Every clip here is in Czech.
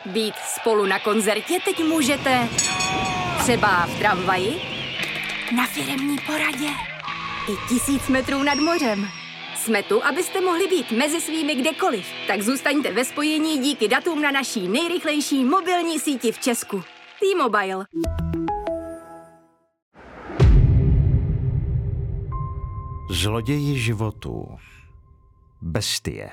Být spolu na koncertě teď můžete třeba v tramvaji, na firemní poradě i 1000 metrů nad mořem. Jsme tu, abyste mohli být mezi svými kdekoliv. Tak zůstaňte ve spojení díky datům na naší nejrychlejší mobilní síti v Česku. T-Mobile. Zloději životů. Bestie.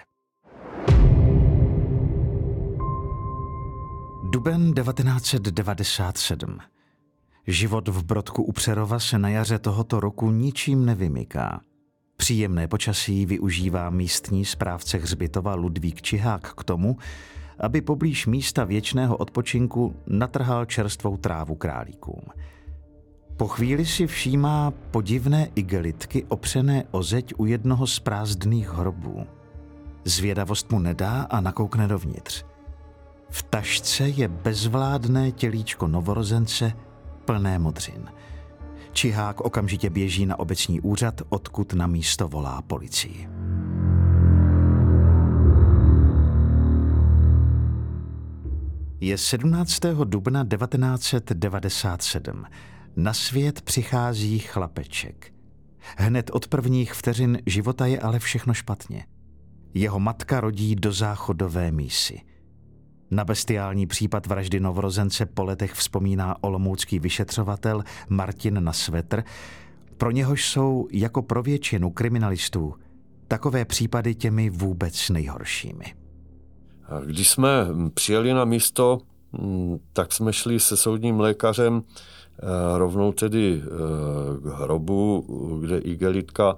Duben 1997. Život v Brodku u Přerova se na jaře tohoto roku ničím nevymyká. Příjemné počasí využívá místní správce hřbitova Ludvík Čihák k tomu, aby poblíž místa věčného odpočinku natrhal čerstvou trávu králíkům. Po chvíli si všímá podivné igelitky opřené o zeď u jednoho z prázdných hrobů. Zvědavost mu nedá a nakoukne dovnitř. V tašce je bezvládné tělíčko novorozence plné modřin. Čihák okamžitě běží na obecní úřad, odkud na místo volá policii. Je 17. dubna 1997. Na svět přichází chlapeček. Hned od prvních vteřin života je ale všechno špatně. Jeho matka rodí do záchodové mísy. Na bestiální případ vraždy novorozence po letech vzpomíná olomoucký vyšetřovatel Martin Nasvetr. Pro něhož jsou, jako pro většinu kriminalistů, takové případy těmi vůbec nejhoršími. Když jsme přijeli na místo, tak jsme šli se soudním lékařem rovnou tedy k hrobu, kde igelitka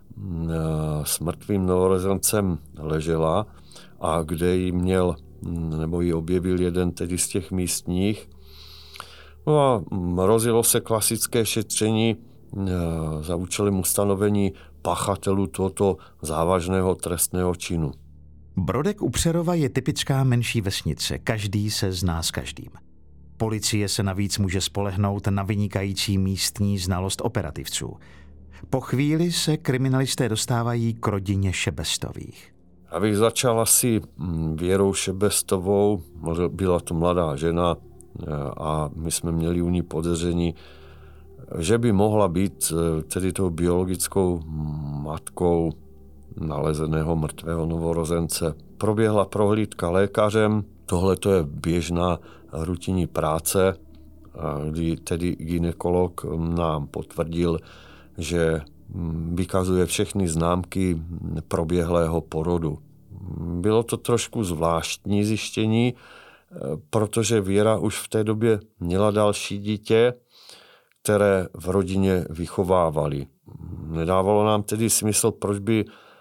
s mrtvým novorozencem ležela a kde ji měl, nebo ji objevil jeden tedy z těch místních. No a rozjelo se klasické šetření za účelem ustanovení pachatelů tohoto závažného trestného činu. Brodek u Přerova je typická menší vesnice, každý se zná s každým. Policie se navíc může spolehnout na vynikající místní znalost operativců. Po chvíli se kriminalisté dostávají k rodině Šebestových. Abych začal asi Věrou Šebestovou, byla to mladá žena a my jsme měli u ní podezření, že by mohla být tedy tou biologickou matkou nalezeného mrtvého novorozence. Proběhla prohlídka lékařem, tohle to je běžná rutinní práce, kdy tedy gynekolog nám potvrdil, že vykazuje všechny známky proběhlého porodu. Bylo to trošku zvláštní zjištění, protože Věra už v té době měla další dítě, které v rodině vychovávali. Nedávalo nám tedy smysl, proč by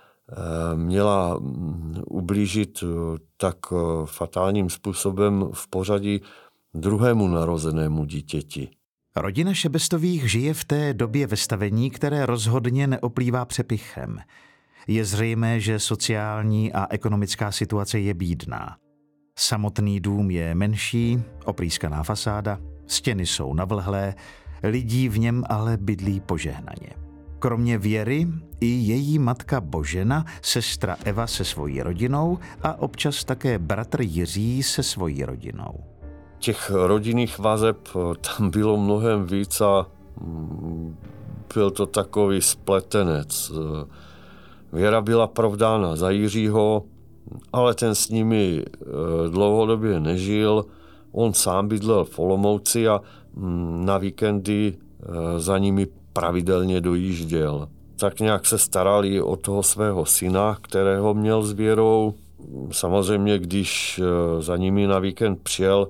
měla ublížit tak fatálním způsobem v pořadí druhému narozenému dítěti. Rodina Šebestových žije v té době ve stavení, které rozhodně neoplývá přepichem. Je zřejmé, že sociální a ekonomická situace je bídná. Samotný dům je menší, oprýskaná fasáda, stěny jsou navlhlé, lidí v něm ale bydlí požehnaně. Kromě Věry i její matka Božena, sestra Eva se svojí rodinou a občas také bratr Jiří se svojí rodinou. Těch rodinných vazeb tam bylo mnohem víc a byl to takový spletenec. Věra byla provdána za Jiřího, ale ten s nimi dlouhodobě nežil. On sám bydlel v Olomouci a na víkendy za nimi pravidelně dojížděl. Tak nějak se starali o toho svého syna, kterého měl s Věrou. Samozřejmě, když za nimi na víkend přijel,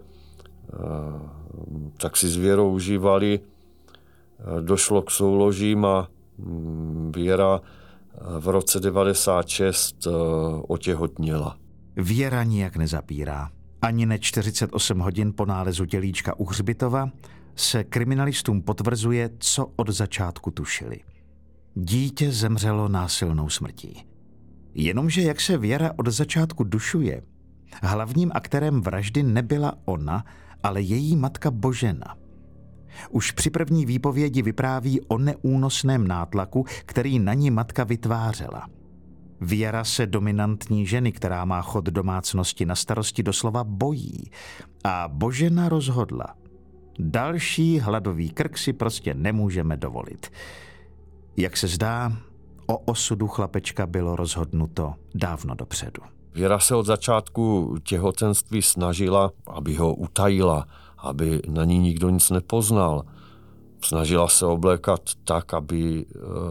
tak si s Věrou užívali. Došlo k souložím a Věra v roce 1996 otěhotněla. Věra nijak nezapírá. Ani ne 48 hodin po nálezu tělíčka u hřbitova se kriminalistům potvrzuje, co od začátku tušili. Dítě zemřelo násilnou smrtí. Jenomže jak se Věra od začátku dušuje, hlavním aktérem vraždy nebyla ona, ale její matka Božena. Už při první výpovědi vypráví o neúnosném nátlaku, který na ní matka vytvářela. Věra se dominantní ženy, která má chod domácnosti na starosti, doslova bojí. A Božena rozhodla. Další hladový krk si prostě nemůžeme dovolit. Jak se zdá, o osudu chlapečka bylo rozhodnuto dávno dopředu. Věra se od začátku těhotenství snažila, aby ho utajila, aby na ní nikdo nic nepoznal. Snažila se oblékat tak, aby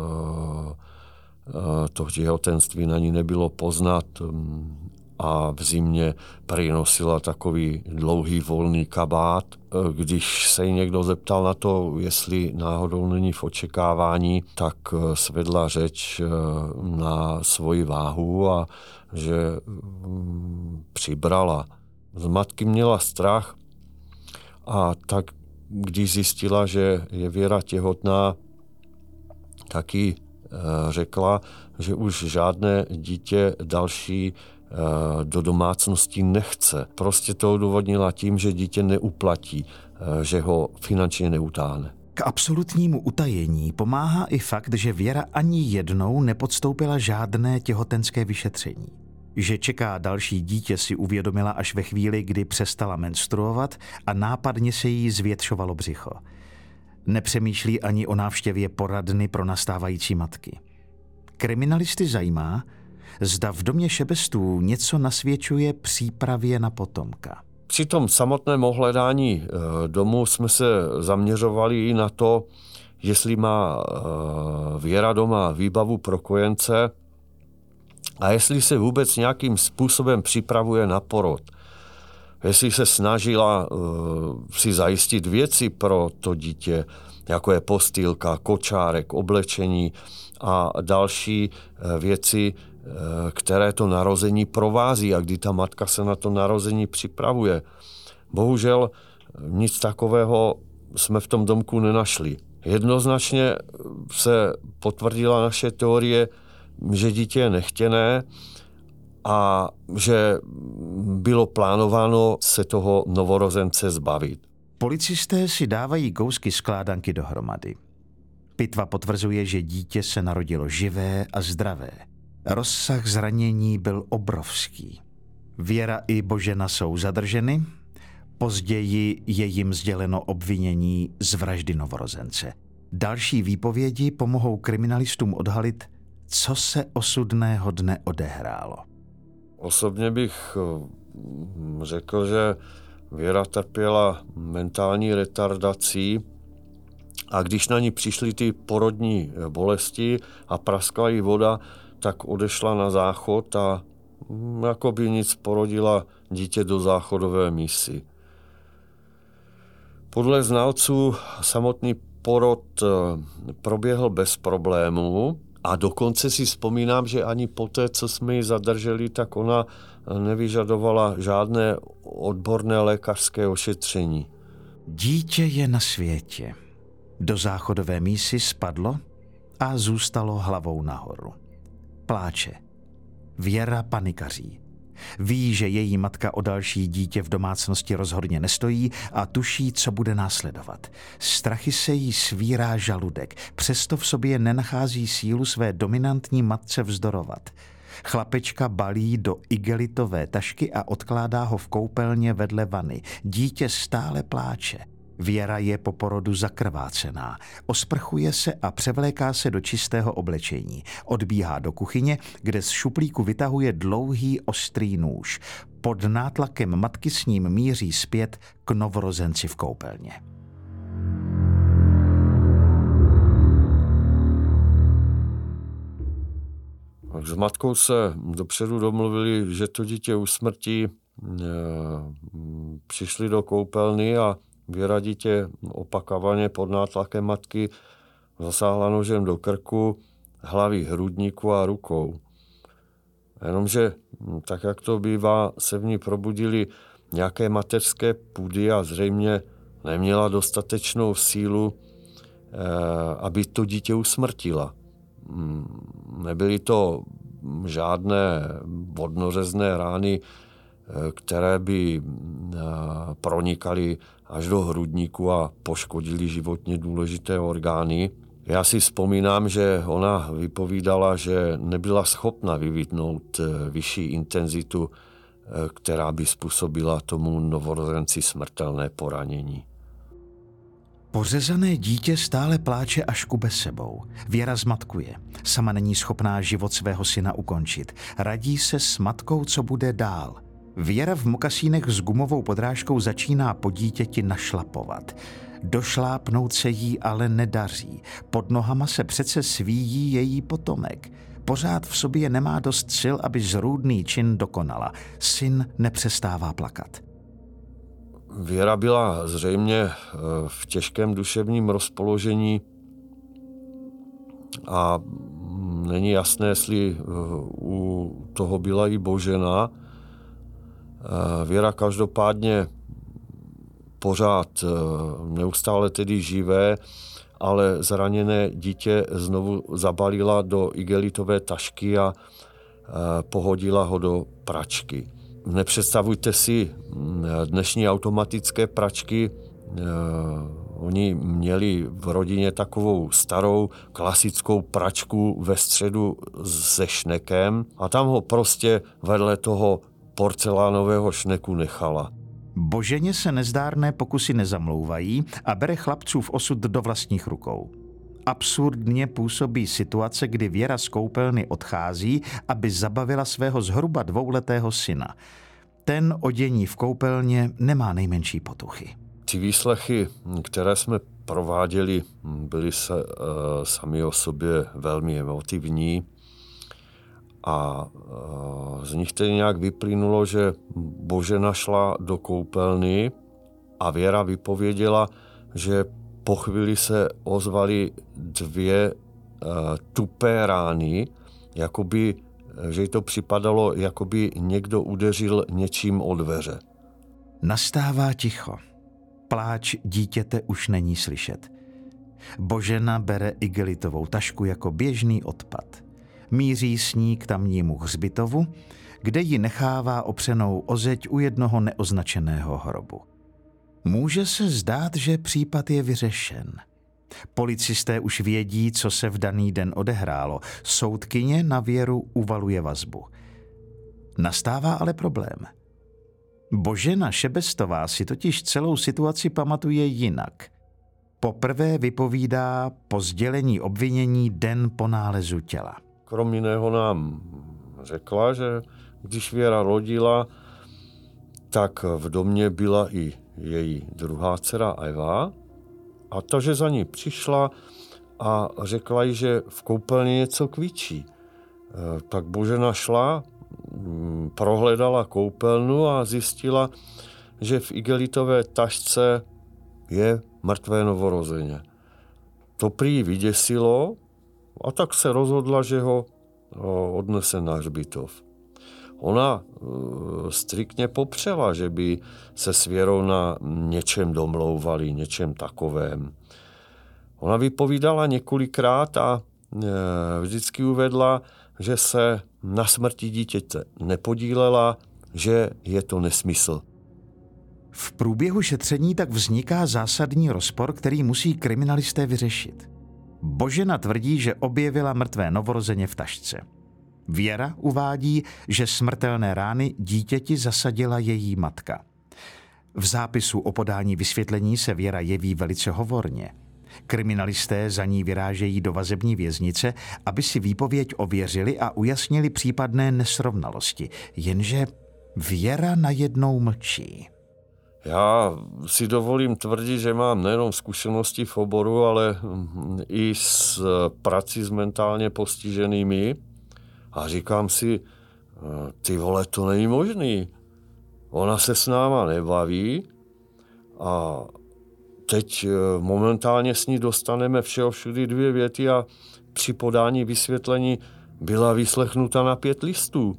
to těhotenství na ní nebylo poznat, a v zimě přinosila takový dlouhý volný kabát. Když se jí někdo zeptal na to, jestli náhodou není v očekávání, tak svedla řeč na svoji váhu a že přibrala. Z matky měla strach a tak když zjistila, že je Věra těhotná, taky řekla, že už žádné dítě další do domácnosti nechce. Prostě to odůvodnila tím, že dítě neuplatí, že ho finančně neutáhne. K absolutnímu utajení pomáhá i fakt, že Věra ani jednou nepodstoupila žádné těhotenské vyšetření. Že čeká další dítě, si uvědomila až ve chvíli, kdy přestala menstruovat a nápadně se jí zvětšovalo břicho. Nepřemýšlí ani o návštěvě poradny pro nastávající matky. Kriminalisty zajímá, zda v domě Šebestů něco nasvědčuje přípravě na potomka. Při tom samotném ohledání domu jsme se zaměřovali i na to, jestli má Věra doma výbavu pro kojence a jestli se vůbec nějakým způsobem připravuje na porod. Jestli se snažila si zajistit věci pro to dítě, jako je postýlka, kočárek, oblečení a další věci, které to narození provází a kdy ta matka se na to narození připravuje. Bohužel nic takového jsme v tom domku nenašli. Jednoznačně se potvrdila naše teorie, že dítě je nechtěné a že bylo plánováno se toho novorozence zbavit. Policisté si dávají kousky skládanky dohromady. Pitva potvrzuje, že dítě se narodilo živé a zdravé. Rozsah zranění byl obrovský. Věra i Božena jsou zadrženy, později je jim sděleno obvinění z vraždy novorozence. Další výpovědi pomohou kriminalistům odhalit, co se osudného dne odehrálo. Osobně bych řekl, že Věra trpěla mentální retardací a když na ní přišly ty porodní bolesti a praskla jí voda, tak odešla na záchod a jako by nic porodila dítě do záchodové mísy. Podle znalců samotný porod proběhl bez problémů a dokonce si vzpomínám, že ani poté, co jsme ji zadrželi, tak ona nevyžadovala žádné odborné lékařské ošetření. Dítě je na světě. Do záchodové mísy spadlo a zůstalo hlavou nahoru. Pláče. Věra panikaří. Ví, že její matka o další dítě v domácnosti rozhodně nestojí a tuší, co bude následovat. Strachy se jí svírá žaludek, přesto v sobě nenachází sílu své dominantní matce vzdorovat. Chlapečka balí do igelitové tašky a odkládá ho v koupelně vedle vany. Dítě stále pláče. Věra je po porodu zakrvácená. Osprchuje se a převléká se do čistého oblečení. Odbíhá do kuchyně, kde z šuplíku vytahuje dlouhý ostrý nůž. Pod nátlakem matky s ním míří zpět k novorozenci v koupelně. S matkou se dopředu domluvili, že to dítě usmrtí. Přišli do koupelny a Věra dítě opakovaně pod nátlakem matky zasáhla nožem do krku, hlavy, hrudníku a rukou. Jenomže, tak jak to bývá, se v ní probudily nějaké mateřské půdy a zřejmě neměla dostatečnou sílu, aby to dítě usmrtila. Nebyly to žádné vodnořezné rány, které by pronikaly až do hrudníku a poškodily životně důležité orgány. Já si vzpomínám, že ona vypovídala, že nebyla schopna vyvinout vyšší intenzitu, která by způsobila tomu novorozenci smrtelné poranění. Pořezané dítě stále pláče a škube sebou. Věra zmatkuje. Sama není schopná život svého syna ukončit. Radí se s matkou, co bude dál. Věra v mokasínech s gumovou podrážkou začíná po dítěti našlapovat. Došlápnout se jí ale nedaří. Pod nohama se přece svíjí její potomek. Pořád v sobě nemá dost sil, aby zrůdný čin dokonala. Syn nepřestává plakat. Věra byla zřejmě v těžkém duševním rozpoložení a není jasné, jestli u toho byla i Božena. Věra každopádně pořád neustále tedy živé, ale zraněné dítě znovu zabalila do igelitové tašky a pohodila ho do pračky. Nepředstavujte si dnešní automatické pračky. Oni měli v rodině takovou starou klasickou pračku ve středu se šnekem a tam ho prostě vedle toho porcelánového šneku nechala. Boženě se nezdárné pokusy nezamlouvají a bere chlapcův osud do vlastních rukou. Absurdně působí situace, kdy Věra z koupelny odchází, aby zabavila svého zhruba 2letého syna. Ten o dění v koupelně nemá nejmenší potuchy. Ty výslechy, které jsme prováděli, byly sami o sobě velmi emotivní a z nich tedy nějak vyplynulo, že Božena šla do koupelny a Věra vypověděla, že po chvíli se ozvaly 2 tupé rány, jakoby, že jí to připadalo, jakoby někdo udeřil něčím o dveře. Nastává ticho. Pláč dítěte už není slyšet. Božena bere igelitovou tašku jako běžný odpad. Míří s ní k tamnímu hřbitovu, kde ji nechává opřenou o zeď u jednoho neoznačeného hrobu. Může se zdát, že případ je vyřešen. Policisté už vědí, co se v daný den odehrálo. Soudkyně na Věru uvaluje vazbu. Nastává ale problém. Božena Šebestová si totiž celou situaci pamatuje jinak. Poprvé vypovídá po sdělení obvinění den po nálezu těla. Krom jiného nám řekla, že když Věra rodila, tak v domě byla i její druhá dcera Eva a ta, že za ní přišla a řekla jí, že v koupelně něco kvičí. Tak Božena šla, prohledala koupelnu a zjistila, že v igelitové tašce je mrtvé novorozeně. To prý vyděsilo a tak se rozhodla, že ho odnese na hřbitov. Ona striktně popřela, že by se s Věrou na něčem domlouvali, něčem takovém. Ona vypovídala několikrát a vždycky uvedla, že se na smrti dítěte nepodílela, že je to nesmysl. V průběhu šetření tak vzniká zásadní rozpor, který musí kriminalisté vyřešit. Božena tvrdí, že objevila mrtvé novorozeně v tašce. Věra uvádí, že smrtelné rány dítěti zasadila její matka. V zápisu o podání vysvětlení se Věra jeví velice hovorně. Kriminalisté za ní vyrážejí do vazební věznice, aby si výpověď ověřili a ujasnili případné nesrovnalosti. Jenže Věra najednou mlčí. Já si dovolím tvrdit, že mám nejenom zkušenosti v oboru, ale i s prací s mentálně postiženými. A říkám si, ty vole, to není možný. Ona se s náma nebaví a teď momentálně s ní dostaneme všeho všudy 2 věty a při podání vysvětlení byla vyslechnuta na 5 listů.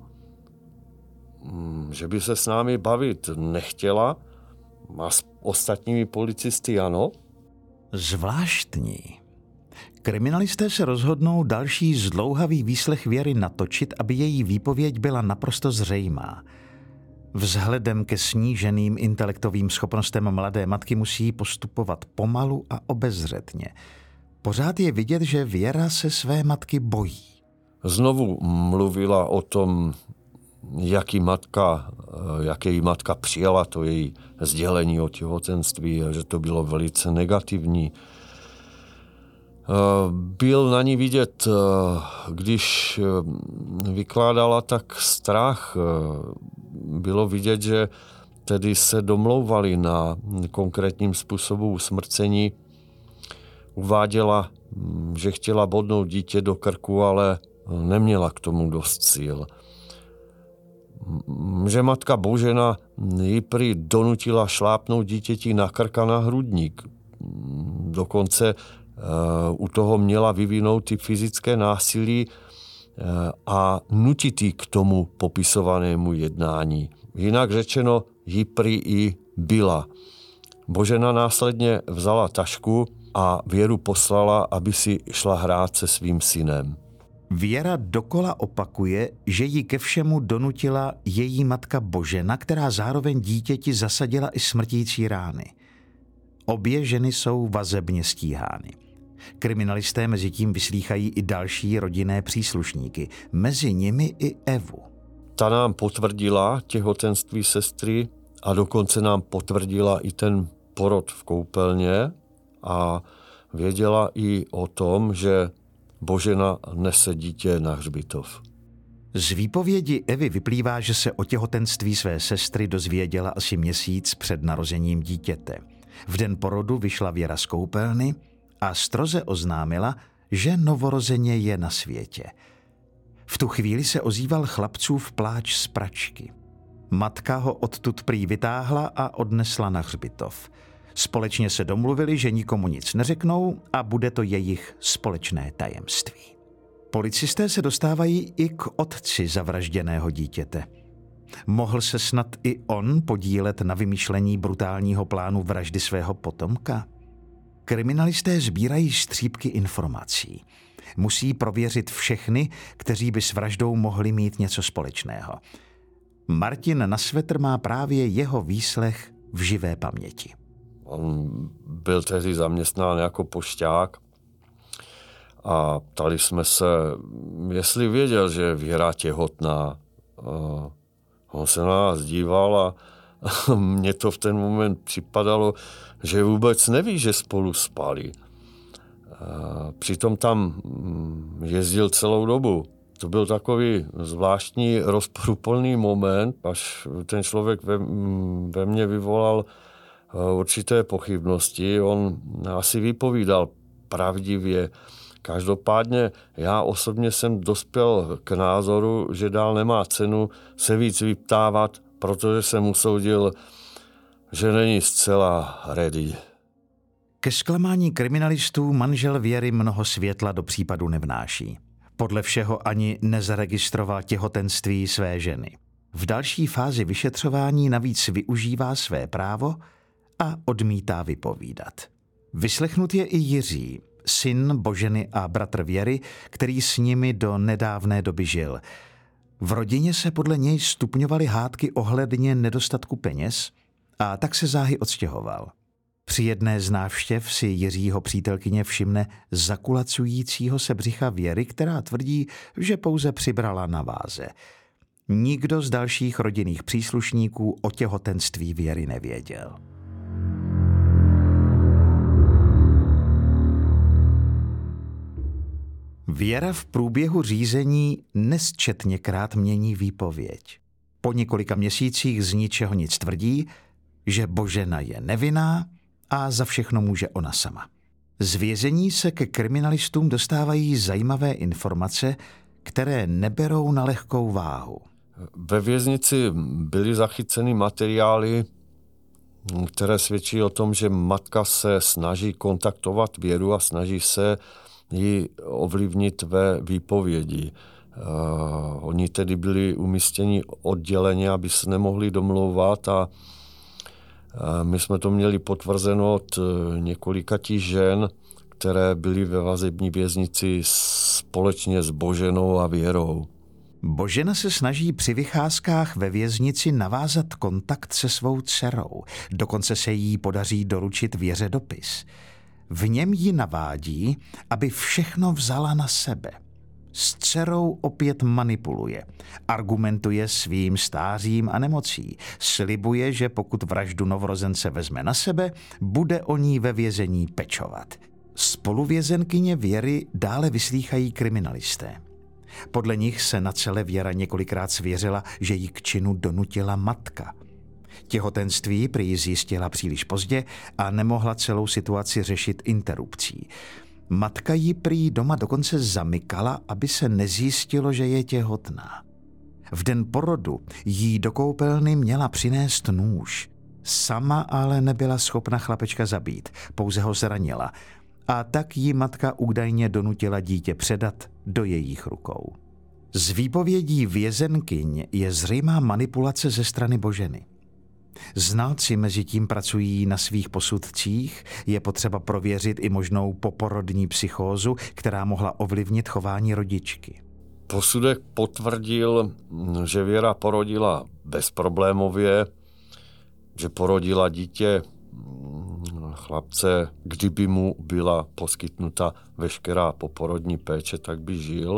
Že by se s námi bavit nechtěla a s ostatními policisty ano. Zvláštní. Kriminalisté se rozhodnou další zdlouhavý výslech Věry natočit, aby její výpověď byla naprosto zřejmá. Vzhledem ke sníženým intelektovým schopnostem mladé matky musí postupovat pomalu a obezřetně. pořád je vidět, že Věra se své matky bojí. Znovu mluvila o tom, jak její matka přijala to její sdělení o těhotenství a že to bylo velice negativní. Byl na ní vidět, když vykládala, tak strach. Bylo vidět, že tedy se domlouvali na konkrétním způsobu usmrcení. Uváděla, že chtěla bodnout dítě do krku, ale neměla k tomu dost sil. Že matka Božena ji prý donutila šlápnout dítěti na krk a na hrudník. Dokonce u toho měla vyvinout i fyzické násilí a nutit ji k tomu popisovanému jednání. Jinak řečeno, ji prý i byla. Božena následně vzala tašku a Věru poslala, aby si šla hrát se svým synem. Věra dokola opakuje, že ji ke všemu donutila její matka Božena, která zároveň dítěti zasadila i smrtící rány. Obě ženy jsou vazebně stíhány. Kriminalisté mezitím vyslýchají i další rodinné příslušníky, mezi nimi i Evu. Ta nám potvrdila těhotenství sestry a dokonce nám potvrdila i ten porod v koupelně a věděla i o tom, že Božena nese dítě na hřbitov. Z výpovědi Evy vyplývá, že se o těhotenství své sestry dozvěděla asi měsíc před narozením dítěte. V den porodu vyšla Věra z koupelny a stroze oznámila, že novorozeně je na světě. V tu chvíli se ozýval chlapcův pláč z pračky. Matka ho odtud prý vytáhla a odnesla na hřbitov. Společně se domluvili, že nikomu nic neřeknou a bude to jejich společné tajemství. Policisté se dostávají i k otci zavražděného dítěte. Mohl se snad i on podílet na vymýšlení brutálního plánu vraždy svého potomka? Kriminalisté sbírají střípky informací. Musí prověřit všechny, kteří by s vraždou mohli mít něco společného. Martin Nasvetr má právě jeho výslech v živé paměti. On byl tehdy zaměstnán jako pošťák a ptali jsme se, jestli věděl, že je Věra těhotná. On se na nás díval a mně to v ten moment připadalo, že vůbec neví, že spolu spali. Přitom tam jezdil celou dobu. To byl takový zvláštní rozporuplný moment, až ten člověk ve mně vyvolal určité pochybnosti. On asi vypovídal pravdivě. Každopádně já osobně jsem dospěl k názoru, že dál nemá cenu se víc vyptávat, protože jsem usoudil, že není zcela ready. Ke zklamání kriminalistů manžel Věry mnoho světla do případu nevnáší. Podle všeho ani nezaregistroval těhotenství své ženy. V další fázi vyšetřování navíc využívá své právo a odmítá vypovídat. Vyslechnut je i Jiří, syn Boženy a bratr Věry, který s nimi do nedávné doby žil. V rodině se podle něj stupňovaly hádky ohledně nedostatku peněz a tak se záhy odstěhoval. Při jedné z návštěv si Jiřího přítelkyně všimne zakulacujícího se břicha Věry, která tvrdí, že pouze přibrala na váze. Nikdo z dalších rodinných příslušníků o těhotenství Věry nevěděl. Věra v průběhu řízení nesčetněkrát mění výpověď. Po několika měsících z ničeho nic tvrdí, že Božena je nevinná a za všechno může ona sama. Z vězení se ke kriminalistům dostávají zajímavé informace, které neberou na lehkou váhu. Ve věznici byly zachyceny materiály, které svědčí o tom, že matka se snaží kontaktovat Věru a snaží se ji ovlivnit ve výpovědi. Oni tedy byli umístěni odděleně, aby se nemohli domlouvat a my jsme to měli potvrzeno od několika žen, které byly ve vazební věznici společně s Boženou a Věrou. Božena se snaží při vycházkách ve věznici navázat kontakt se svou dcerou. Dokonce se jí podaří doručit Věře dopis. V něm ji navádí, aby všechno vzala na sebe. S dcerou opět manipuluje, argumentuje svým stářím a nemocí, slibuje, že pokud vraždu novorozence vezme na sebe, bude o ní ve vězení pečovat. Spoluvězenkyně Věry dále vyslýchají kriminalisté. Podle nich se na celé Věra několikrát svěřila, že ji k činu donutila matka. Těhotenství prý zjistila příliš pozdě a nemohla celou situaci řešit interrupcí. Matka ji prý doma dokonce zamykala, aby se nezjistilo, že je těhotná. V den porodu jí do koupelny měla přinést nůž. Sama ale nebyla schopna chlapečka zabít, pouze ho zranila. A tak jí matka údajně donutila dítě předat do jejich rukou. Z výpovědí vězenkyň je zřejmá manipulace ze strany Boženy. Znalci mezitím pracují na svých posudcích, je potřeba prověřit i možnou poporodní psychózu, která mohla ovlivnit chování rodičky. Posudek potvrdil, že Věra porodila bezproblémově, že porodila dítě chlapce, kdyby mu byla poskytnuta veškerá poporodní péče, tak by žil.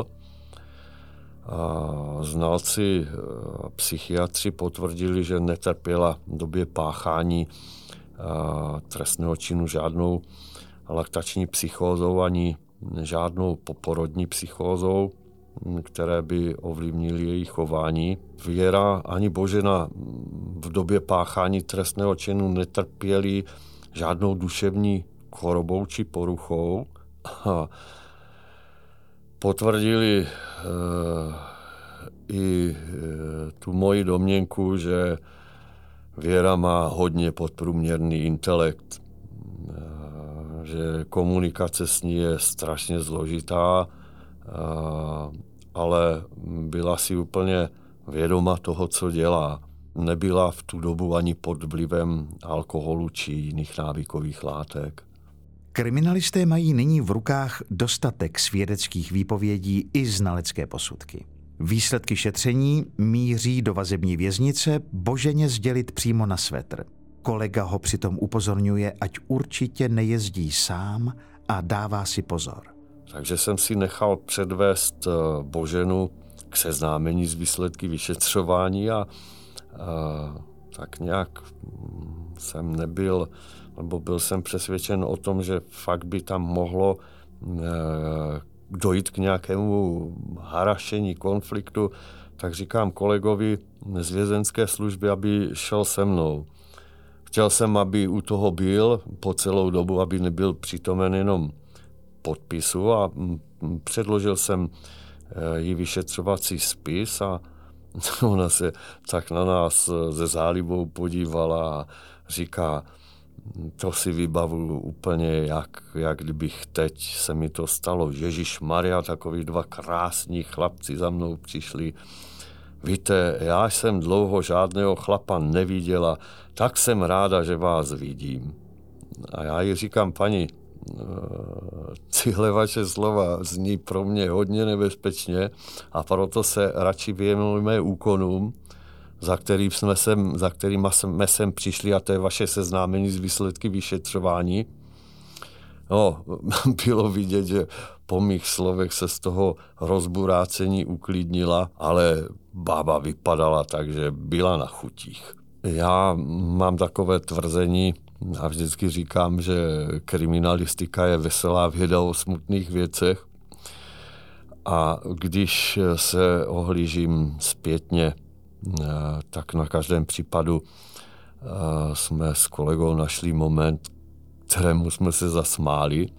A znalci psychiatři potvrdili, že netrpěla v době páchání trestného činu žádnou laktační psychózou ani žádnou poporodní psychózou, které by ovlivnily její chování. Věra ani Božena v době páchání trestného činu netrpěli žádnou duševní chorobou či poruchou. A potvrdili i tu moji domněnku, že Věra má hodně podprůměrný intelekt, že komunikace s ní je strašně složitá, ale byla si úplně vědoma toho, co dělá. Nebyla v tu dobu ani pod vlivem alkoholu či jiných návykových látek. Kriminalisté mají nyní v rukách dostatek svědeckých výpovědí i znalecké posudky. Výsledky šetření míří do vazební věznice Boženě sdělit přímo na svetr. Kolega ho přitom upozorňuje, ať určitě nejezdí sám a dává si pozor. Takže jsem si nechal předvést Boženu k seznámení s výsledky vyšetřování a tak nějak jsem nebyl, nebo byl jsem přesvědčen o tom, že fakt by tam mohlo dojít k nějakému harašení, konfliktu, tak říkám kolegovi z vězenské služby, aby šel se mnou. Chtěl jsem, aby u toho byl po celou dobu, aby nebyl přítomen jenom podpisu a předložil jsem jí vyšetřovací spis a ona se tak na nás se zálibou podívala a říká, to si vybavuju úplně, jak kdybych teď se mi to stalo. Ježišmarja, takový dva krásní chlapci za mnou přišli. Víte, já jsem dlouho žádného chlapa neviděla, tak jsem ráda, že vás vidím. A já jí říkám, paní, tyhle vaše slova zní pro mě hodně nebezpečně a proto se radši věnujeme úkonům, za kterými jsme sem přišli, a to je vaše seznámení s výsledky vyšetřování. No, bylo vidět, že po mých slovech se z toho rozburácení uklidnila, ale bába vypadala tak, že byla na chutích. Já mám takové tvrzení a vždycky říkám, že kriminalistika je veselá věda o smutných věcech. A když se ohlížím zpětně, tak na každém případu jsme s kolegou našli moment, kterému jsme se zasmáli.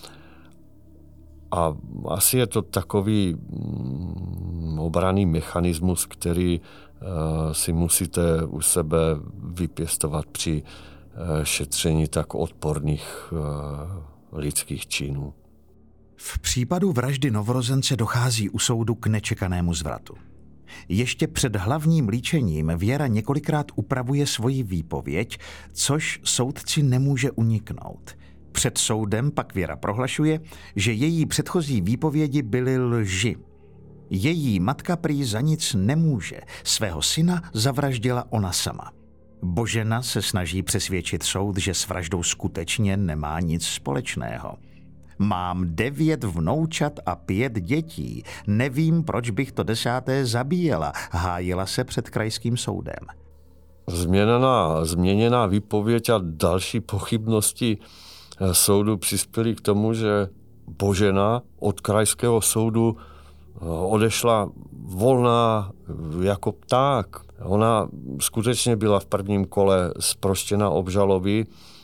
A asi je to takový obranný mechanismus, který si musíte u sebe vypěstovat při šetření tak odporných lidských činů. V případu vraždy novorozence dochází u soudu k nečekanému zvratu. Ještě před hlavním líčením Věra několikrát upravuje svoji výpověď, což soudci nemůže uniknout. Před soudem pak Věra prohlašuje, že její předchozí výpovědi byly lži. Její matka prý za nic nemůže, svého syna zavraždila ona sama. Božena se snaží přesvědčit soud, že s vraždou skutečně nemá nic společného. Mám 9 vnoučat a 5 dětí. Nevím, proč bych to 10. zabíjela. Hájila se před krajským soudem. Změněná výpověď a další pochybnosti soudu přispěly k tomu, že Božena od krajského soudu odešla volná jako pták. Ona skutečně byla v prvním kole zproštěna obžaloby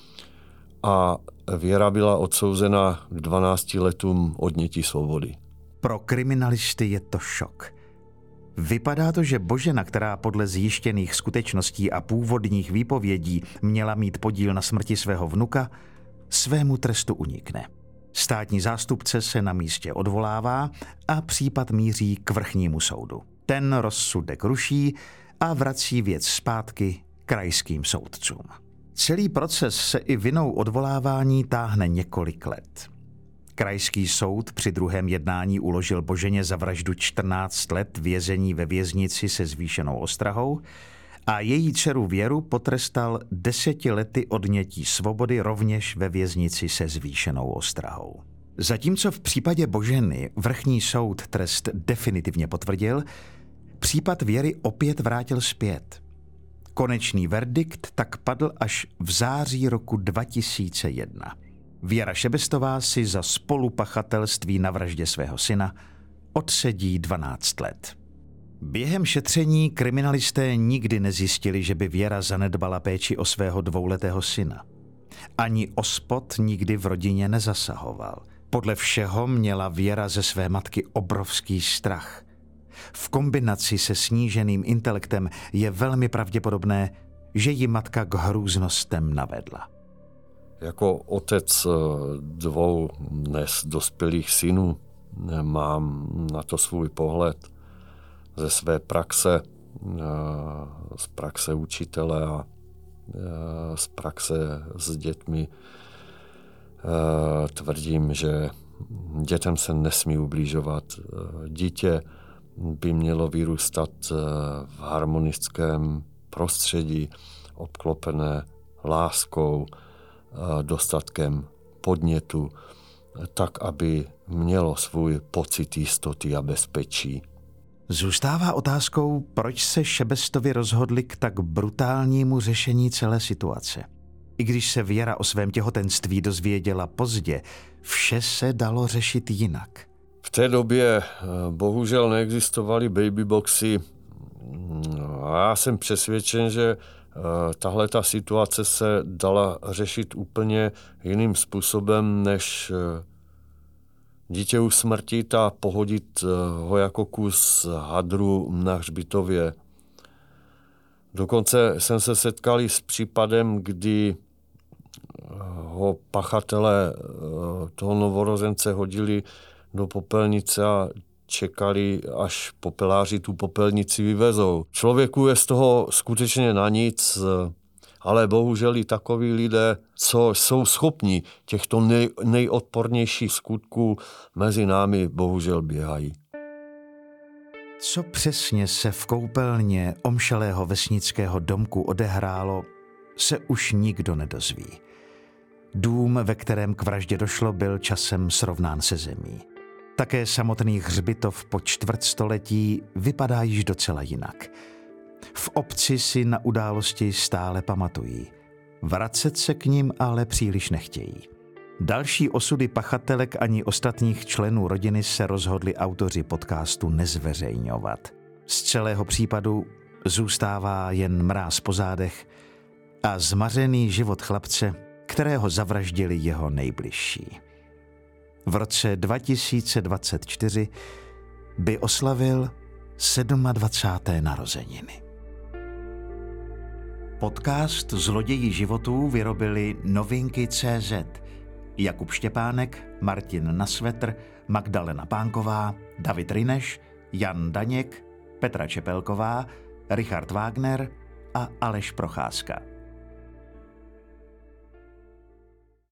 a Věra byla odsouzena k 12 letům odnětí svobody. Pro kriminalisty je to šok. Vypadá to, že Božena, která podle zjištěných skutečností a původních výpovědí měla mít podíl na smrti svého vnuka, svému trestu unikne. Státní zástupce se na místě odvolává a případ míří k vrchnímu soudu. Ten rozsudek ruší a vrací věc zpátky krajským soudcům. Celý proces se i vinou odvolávání táhne několik let. Krajský soud při druhém jednání uložil Boženě za vraždu 14 let vězení ve věznici se zvýšenou ostrahou a její dceru Věru potrestal 10 lety odnětí svobody rovněž ve věznici se zvýšenou ostrahou. Zatímco v případě Boženy vrchní soud trest definitivně potvrdil, případ Věry opět vrátil zpět. Konečný verdikt tak padl až v září roku 2001. Věra Šebestová si za spolupachatelství na vraždě svého syna odsedí 12 let. Během šetření kriminalisté nikdy nezjistili, že by Věra zanedbala péči o svého 2letého syna. Ani OSPOD nikdy v rodině nezasahoval. Podle všeho měla Věra ze své matky obrovský strach. V kombinaci se sníženým intelektem je velmi pravděpodobné, že ji matka k hrůznostem navedla. Jako otec 2 dnes dospělých synů mám na to svůj pohled ze své praxe, z praxe učitele a z praxe s dětmi. Tvrdím, že dětem se nesmí ubližovat. Dítě by mělo vyrůstat v harmonickém prostředí, obklopené láskou, dostatkem podnětu, tak, aby mělo svůj pocit jistoty a bezpečí. Zůstává otázkou, proč se Šebestovi rozhodli k tak brutálnímu řešení celé situace. I když se Věra o svém těhotenství dozvěděla pozdě, vše se dalo řešit jinak. V té době bohužel neexistovaly babyboxy a já jsem přesvědčen, že tahle ta situace se dala řešit úplně jiným způsobem, než dítě usmrtit a pohodit ho jako kus hadru na hřbitově. Dokonce jsem se setkal s případem, kdy ho pachatelé toho novorozence hodili do popelnice a čekali, až popeláři tu popelnici vyvezou. Člověku je z toho skutečně na nic, ale bohužel i takoví lidé, co jsou schopni těchto nejodpornějších skutků, mezi námi bohužel běhají. Co přesně se v koupelně omšelého vesnického domku odehrálo, se už nikdo nedozví. Dům, ve kterém k vraždě došlo, byl časem srovnán se zemí. Také samotný hřbitov po čtvrtstoletí vypadá již docela jinak. V obci si na události stále pamatují. Vracet se k nim ale příliš nechtějí. Další osudy pachatelek ani ostatních členů rodiny se rozhodli autoři podcastu nezveřejňovat. Z celého případu zůstává jen mráz po zádech a zmařený život chlapce, kterého zavraždili jeho nejbližší. V roce 2024 by oslavil 27. narozeniny. Podcast Zloději životů vyrobili Novinky.cz. Jakub Štěpánek, Martin Nasvetr, Magdalena Pánková, David Ryneš, Jan Daněk, Petra Čepelková, Richard Wagner a Aleš Procházka.